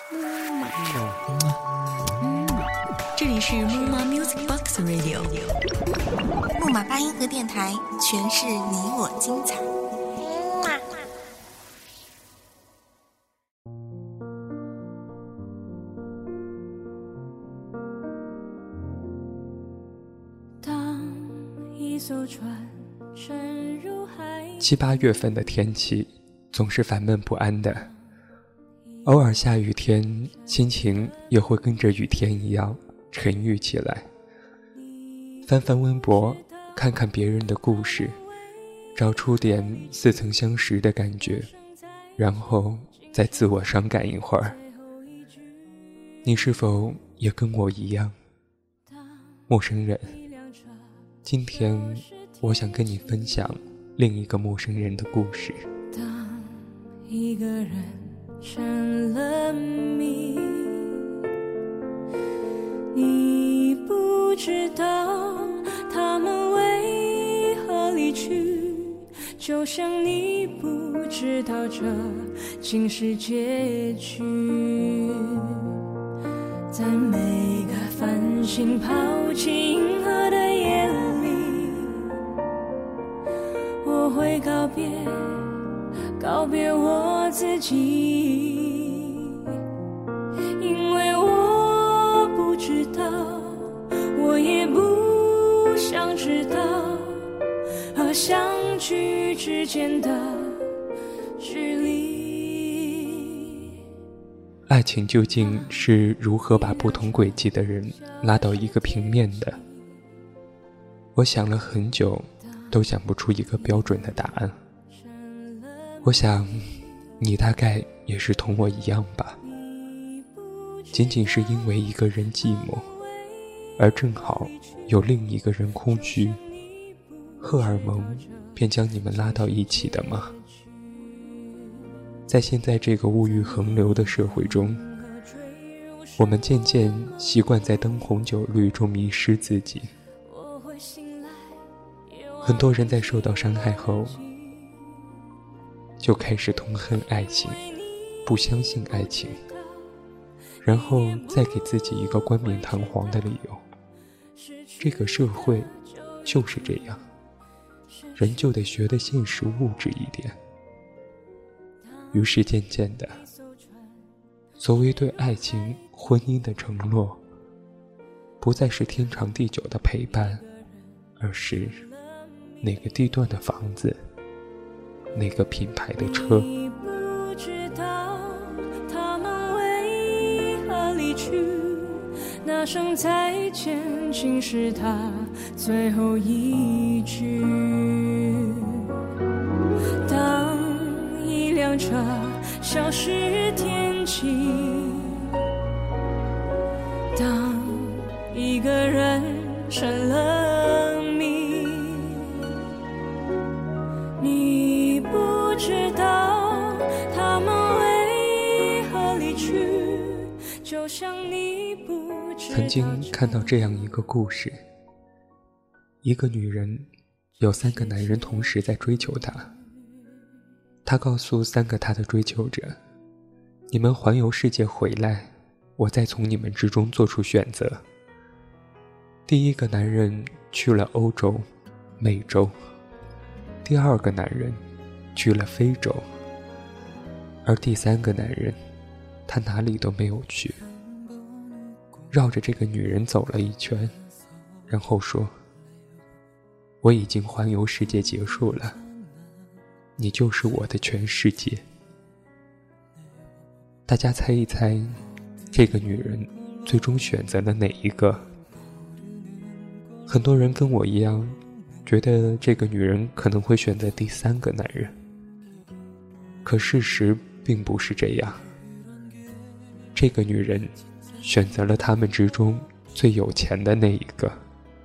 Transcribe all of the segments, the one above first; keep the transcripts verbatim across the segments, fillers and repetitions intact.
这里是木马 Music Box Radio， 木马八音盒电台，诠释你我精彩。 七八月份的天气总是烦闷不安的，偶尔下雨天，心情也会跟着雨天一样沉郁起来。翻翻微博，看看别人的故事，找出点似曾相识的感觉，然后再自我伤感一会儿。你是否也跟我一样？陌生人，今天我想跟你分享另一个陌生人的故事。 当一个人成了谜，你不知道他们为何离去，就像你不知道这竟是结局。在每个繁星抛弃银河的夜里，我会告别告别我自己，因为我不知道，我也不想知道，和相聚之间的距离。 爱情究竟是如何把不同轨迹的人拉到一个平面的？我想了很久，都想不出一个标准的答案。我想你大概也是同我一样吧，仅仅是因为一个人寂寞，而正好有另一个人空虚，荷尔蒙便将你们拉到一起的吗？在现在这个物欲横流的社会中，我们渐渐习惯在灯红酒绿中迷失自己。很多人在受到伤害后就开始痛恨爱情，不相信爱情，然后再给自己一个冠冕堂皇的理由。这个社会就是这样，人就得学得现实物质一点。于是渐渐的，所谓对爱情婚姻的承诺，不再是天长地久的陪伴，而是哪个地段的房子，哪个品牌的车。 你不知道他们为何离去，那声再见竟是他最后一句。当一辆车消失天际，当一个人成了谜，你不知道他们为何离去，就像你不知道。 曾经看到这样一个故事，一个女人有三个男人同时在追求她，她告诉三个她的追求者，你们环游世界回来，我再从你们之中做出选择。第一个男人去了欧洲、美洲，第二个男人去了非洲，而第三个男人他哪里都没有去，绕着这个女人走了一圈，然后说，我已经环游世界结束了，你就是我的全世界。大家猜一猜，这个女人最终选择了哪一个？很多人跟我一样，觉得这个女人可能会选择第三个男人，可事实并不是这样。这个女人选择了他们之中最有钱的那一个。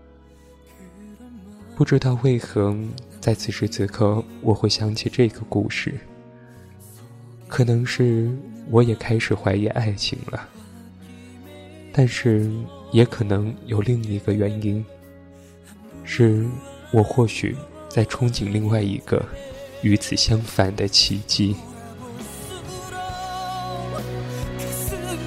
不知道为何，在此时此刻我会想起这个故事，可能是我也开始怀疑爱情了，但是也可能有另一个原因，是我或许在憧憬另外一个与此相反的奇迹。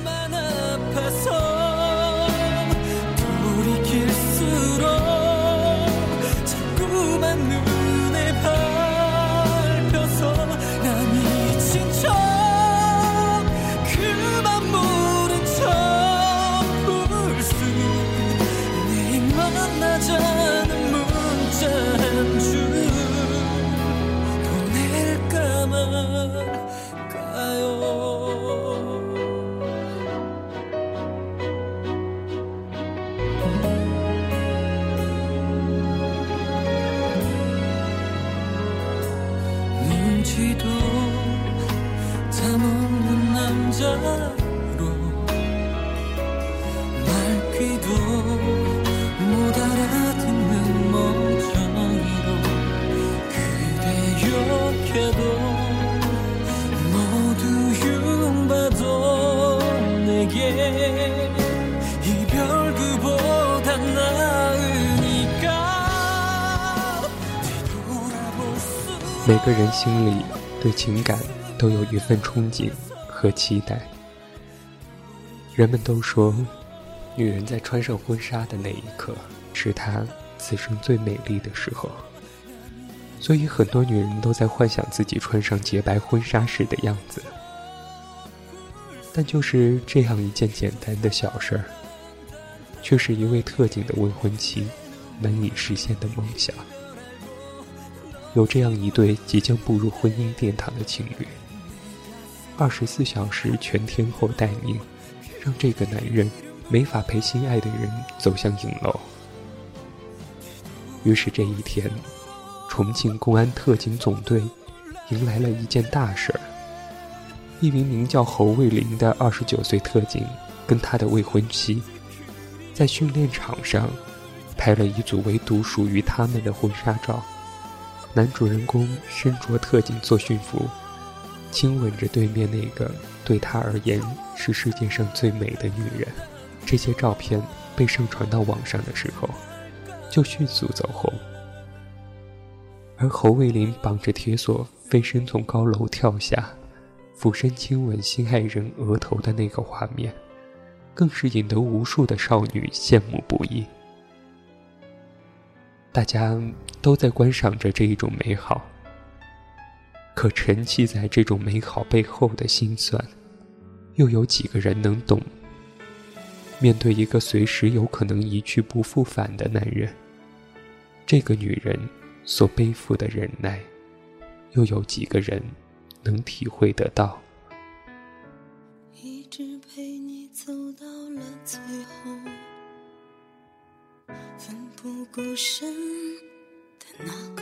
每个人心里对情感都有一份憧憬和期待。人们都说，女人在穿上婚纱的那一刻，是她此生最美丽的时候。所以很多女人都在幻想自己穿上洁白婚纱时的样子。但就是这样一件简单的小事儿，却是一位特警的未婚妻难以实现的梦想。有这样一对即将步入婚姻殿堂的情侣，二十四小时全天候待命，让这个男人没法陪心爱的人走向影楼。于是这一天，重庆公安特警总队迎来了一件大事儿。一名名叫侯卫林的二十九岁特警跟他的未婚妻在训练场上拍了一组唯独属于他们的婚纱照。男主人公身着特警作训服，亲吻着对面那个对他而言是世界上最美的女人。这些照片被上传到网上的时候，就迅速走红。而侯卫林绑着铁索飞身从高楼跳下，俯身亲吻心爱人额头的那个画面，更是引得无数的少女羡慕不已。大家都在观赏着这一种美好，可沉寂在这种美好背后的辛酸，又有几个人能懂？面对一个随时有可能一去不复返的男人，这个女人所背负的忍耐，又有几个人能体会得到？ 一直陪你走到了最后，奋不顾身的那个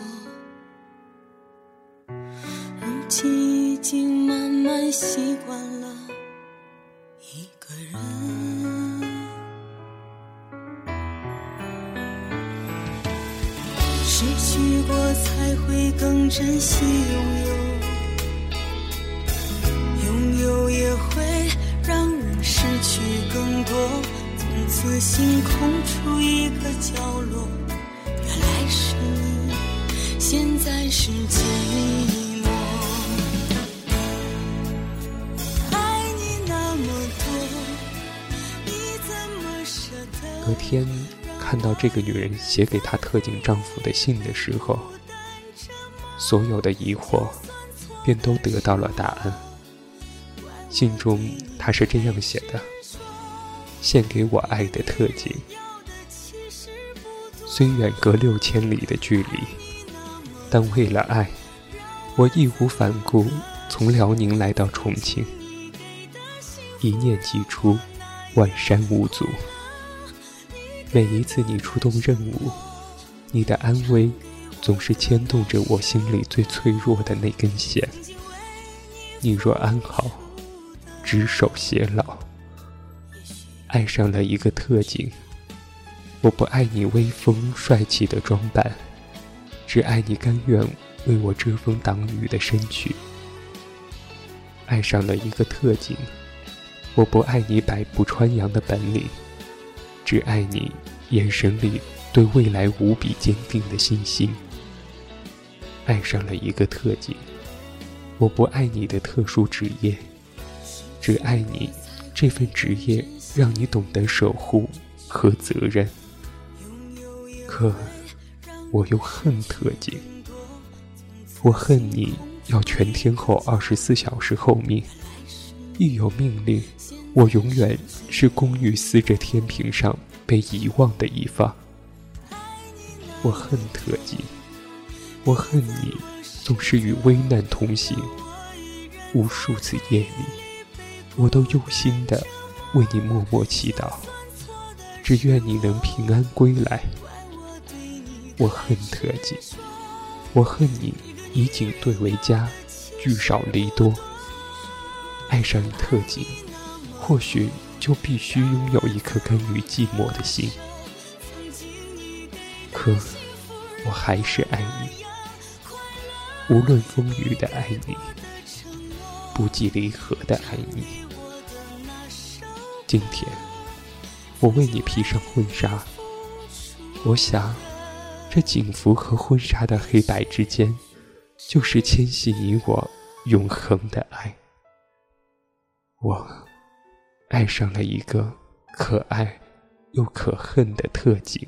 我，如今已经慢慢习惯了一个人。失去过才会更珍惜拥有，拥有也会让人失去更多。从此心空出一个角落，原来是你，现在是寂寞。爱你那么多，你怎么舍得？ 隔天看到这个女人写给她特警丈夫的信的时候，所有的疑惑便都得到了答案。信中她是这样写的：献给我爱的特警，虽远隔六千里的距离，但为了爱，我义无反顾从辽宁来到重庆。一念既出，万山无阻。每一次你出动任务，你的安危总是牵动着我心里最脆弱的那根弦。你若安好，只手偕老。爱上了一个特警，我不爱你威风帅气的装扮，只爱你甘愿为我遮风挡雨的身躯。爱上了一个特警，我不爱你百步穿杨的本领，只爱你眼神里对未来无比坚定的信心。爱上了一个特警，我不爱你的特殊职业，只爱你这份职业让你懂得守护和责任。可我又恨特警，我恨你要全天候二十四小时候命，一有命令，我永远是公寓撕着天平上被遗忘的一方。我恨特警，我恨你总是与危难同行。无数次夜里，我都忧心地为你默默祈祷，只愿你能平安归来。我恨特警，我恨你以警队为家，聚少离多。爱爱上特警，或许就必须拥有一颗甘于寂寞的心。可我还是爱你，无论风雨的爱你，不计离合的爱你。今天我为你披上婚纱，我想这警服和婚纱的黑白之间，就是牵系你我永恒的爱。我爱上了一个可爱又可恨的特警。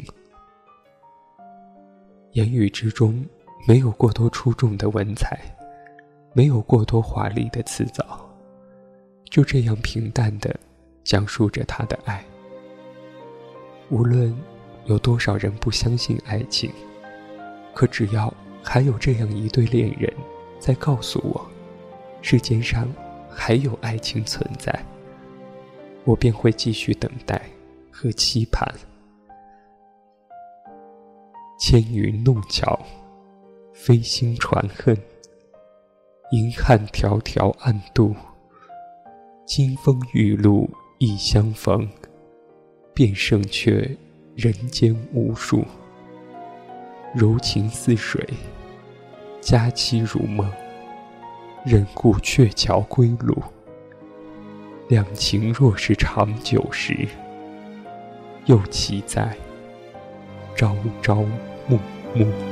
言语之中没有过多出众的文采，没有过多华丽的辞藻，就这样平淡地讲述着他的爱。无论有多少人不相信爱情，可只要还有这样一对恋人在告诉我，世间上还有爱情存在，我便会继续等待和期盼。千云弄巧，飞星传恨，银汉迢迢暗度，金风玉露一相逢，便胜却人间无数。柔情似水，佳期如梦，忍顾鹊桥归路。两情若是长久时，又岂在朝朝暮暮。